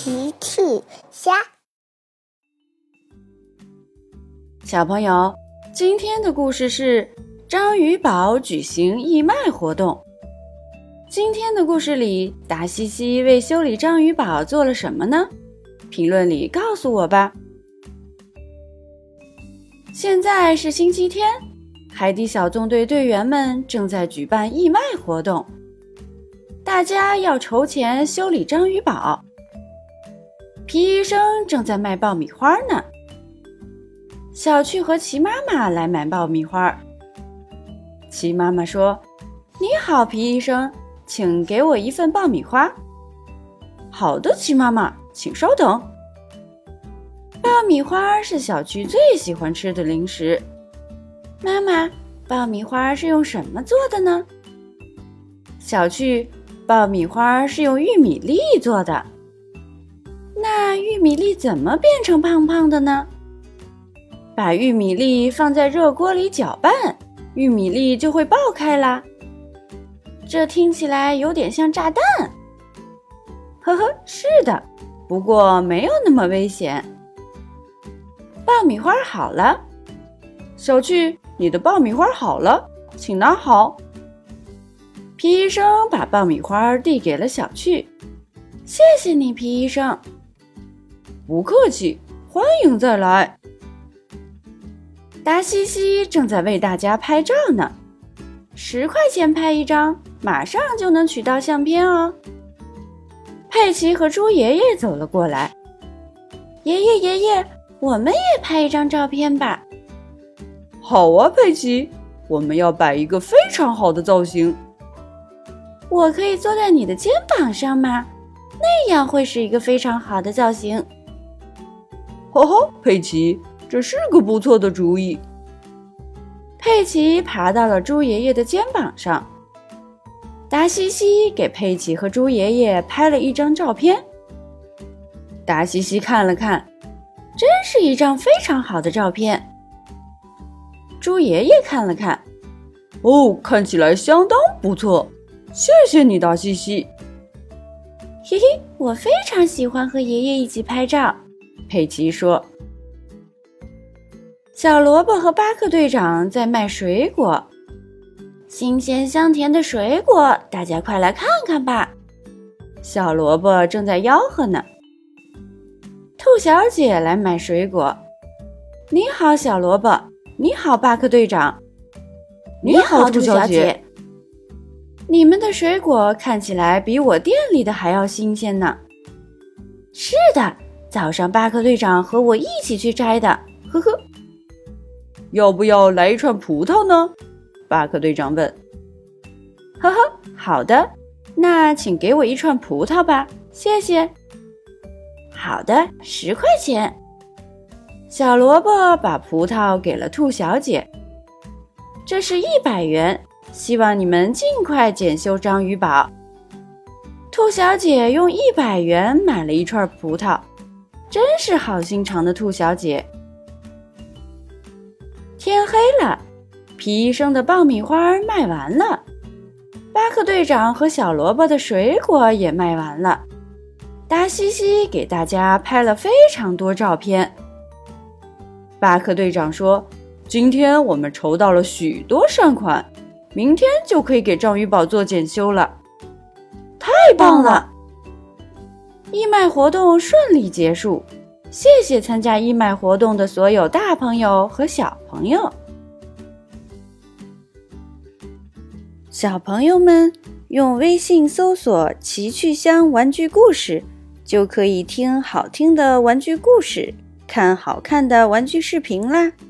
奇趣虾。 小朋友，今天的故事是章鱼堡举行义卖活动。今天的故事里，达西西为修理章鱼堡做了什么呢？评论里告诉我吧。现在是星期天，海底小纵队队员们正在举办义卖活动，大家要筹钱修理章鱼堡。皮医生正在卖爆米花呢。小趣和齐妈妈来买爆米花。齐妈妈说：“你好，皮医生，请给我一份爆米花。”好的，齐妈妈，请稍等。爆米花是小趣最喜欢吃的零食。妈妈，爆米花是用什么做的呢？小趣，爆米花是用玉米粒做的。那玉米粒怎么变成胖胖的呢？把玉米粒放在热锅里搅拌，玉米粒就会爆开啦。这听起来有点像炸弹。呵呵，是的，不过没有那么危险。爆米花好了，小趣，你的爆米花好了，请拿好。皮医生把爆米花递给了小趣。谢谢你，皮医生。不客气，欢迎再来。达西西正在为大家拍照呢，10块钱拍一张，马上就能取到相片哦。佩奇和猪爷爷走了过来。爷爷，我们也拍一张照片吧。 好啊，佩奇，我们要摆一个非常好的造型。 我可以坐在你的肩膀上吗？那样会是一个非常好的造型。 哈哈，佩奇，这是个不错的主意。 佩奇爬到了猪爷爷的肩膀上。达西西给佩奇和猪爷爷拍了一张照片。达西西看了看，真是一张非常好的照片。猪爷爷看了看， 哦，看起来相当不错，谢谢你，达西西。 嘿嘿，我非常喜欢和爷爷一起拍照。佩奇说。小萝卜和巴克队长在卖水果，新鲜香甜的水果，大家快来看看吧。小萝卜正在吆喝呢。兔小姐来买水果。你好，小萝卜。你好，巴克队长。 你好，兔小姐。 你们的水果看起来比我店里的还要新鲜呢。是的，早上巴克队长和我一起去摘的，呵呵。 要不要来一串葡萄呢？巴克队长问。 呵呵，好的，那请给我一串葡萄吧，谢谢。好的，10块钱。小萝卜把葡萄给了兔小姐。这是100元，希望你们尽快检修章鱼堡。兔小姐用100元买了一串葡萄，真是好心肠的兔小姐。天黑了，皮医生的爆米花卖完了，巴克队长和小萝卜的水果也卖完了。达西西给大家拍了非常多照片。巴克队长说：“ 今天我们筹到了许多善款，明天就可以给章鱼堡做检修了。” 太棒了！义卖活动顺利结束，谢谢参加义卖活动的所有大朋友和小朋友。小朋友们用微信搜索“奇趣箱玩具故事”，就可以听好听的玩具故事，看好看的玩具视频啦。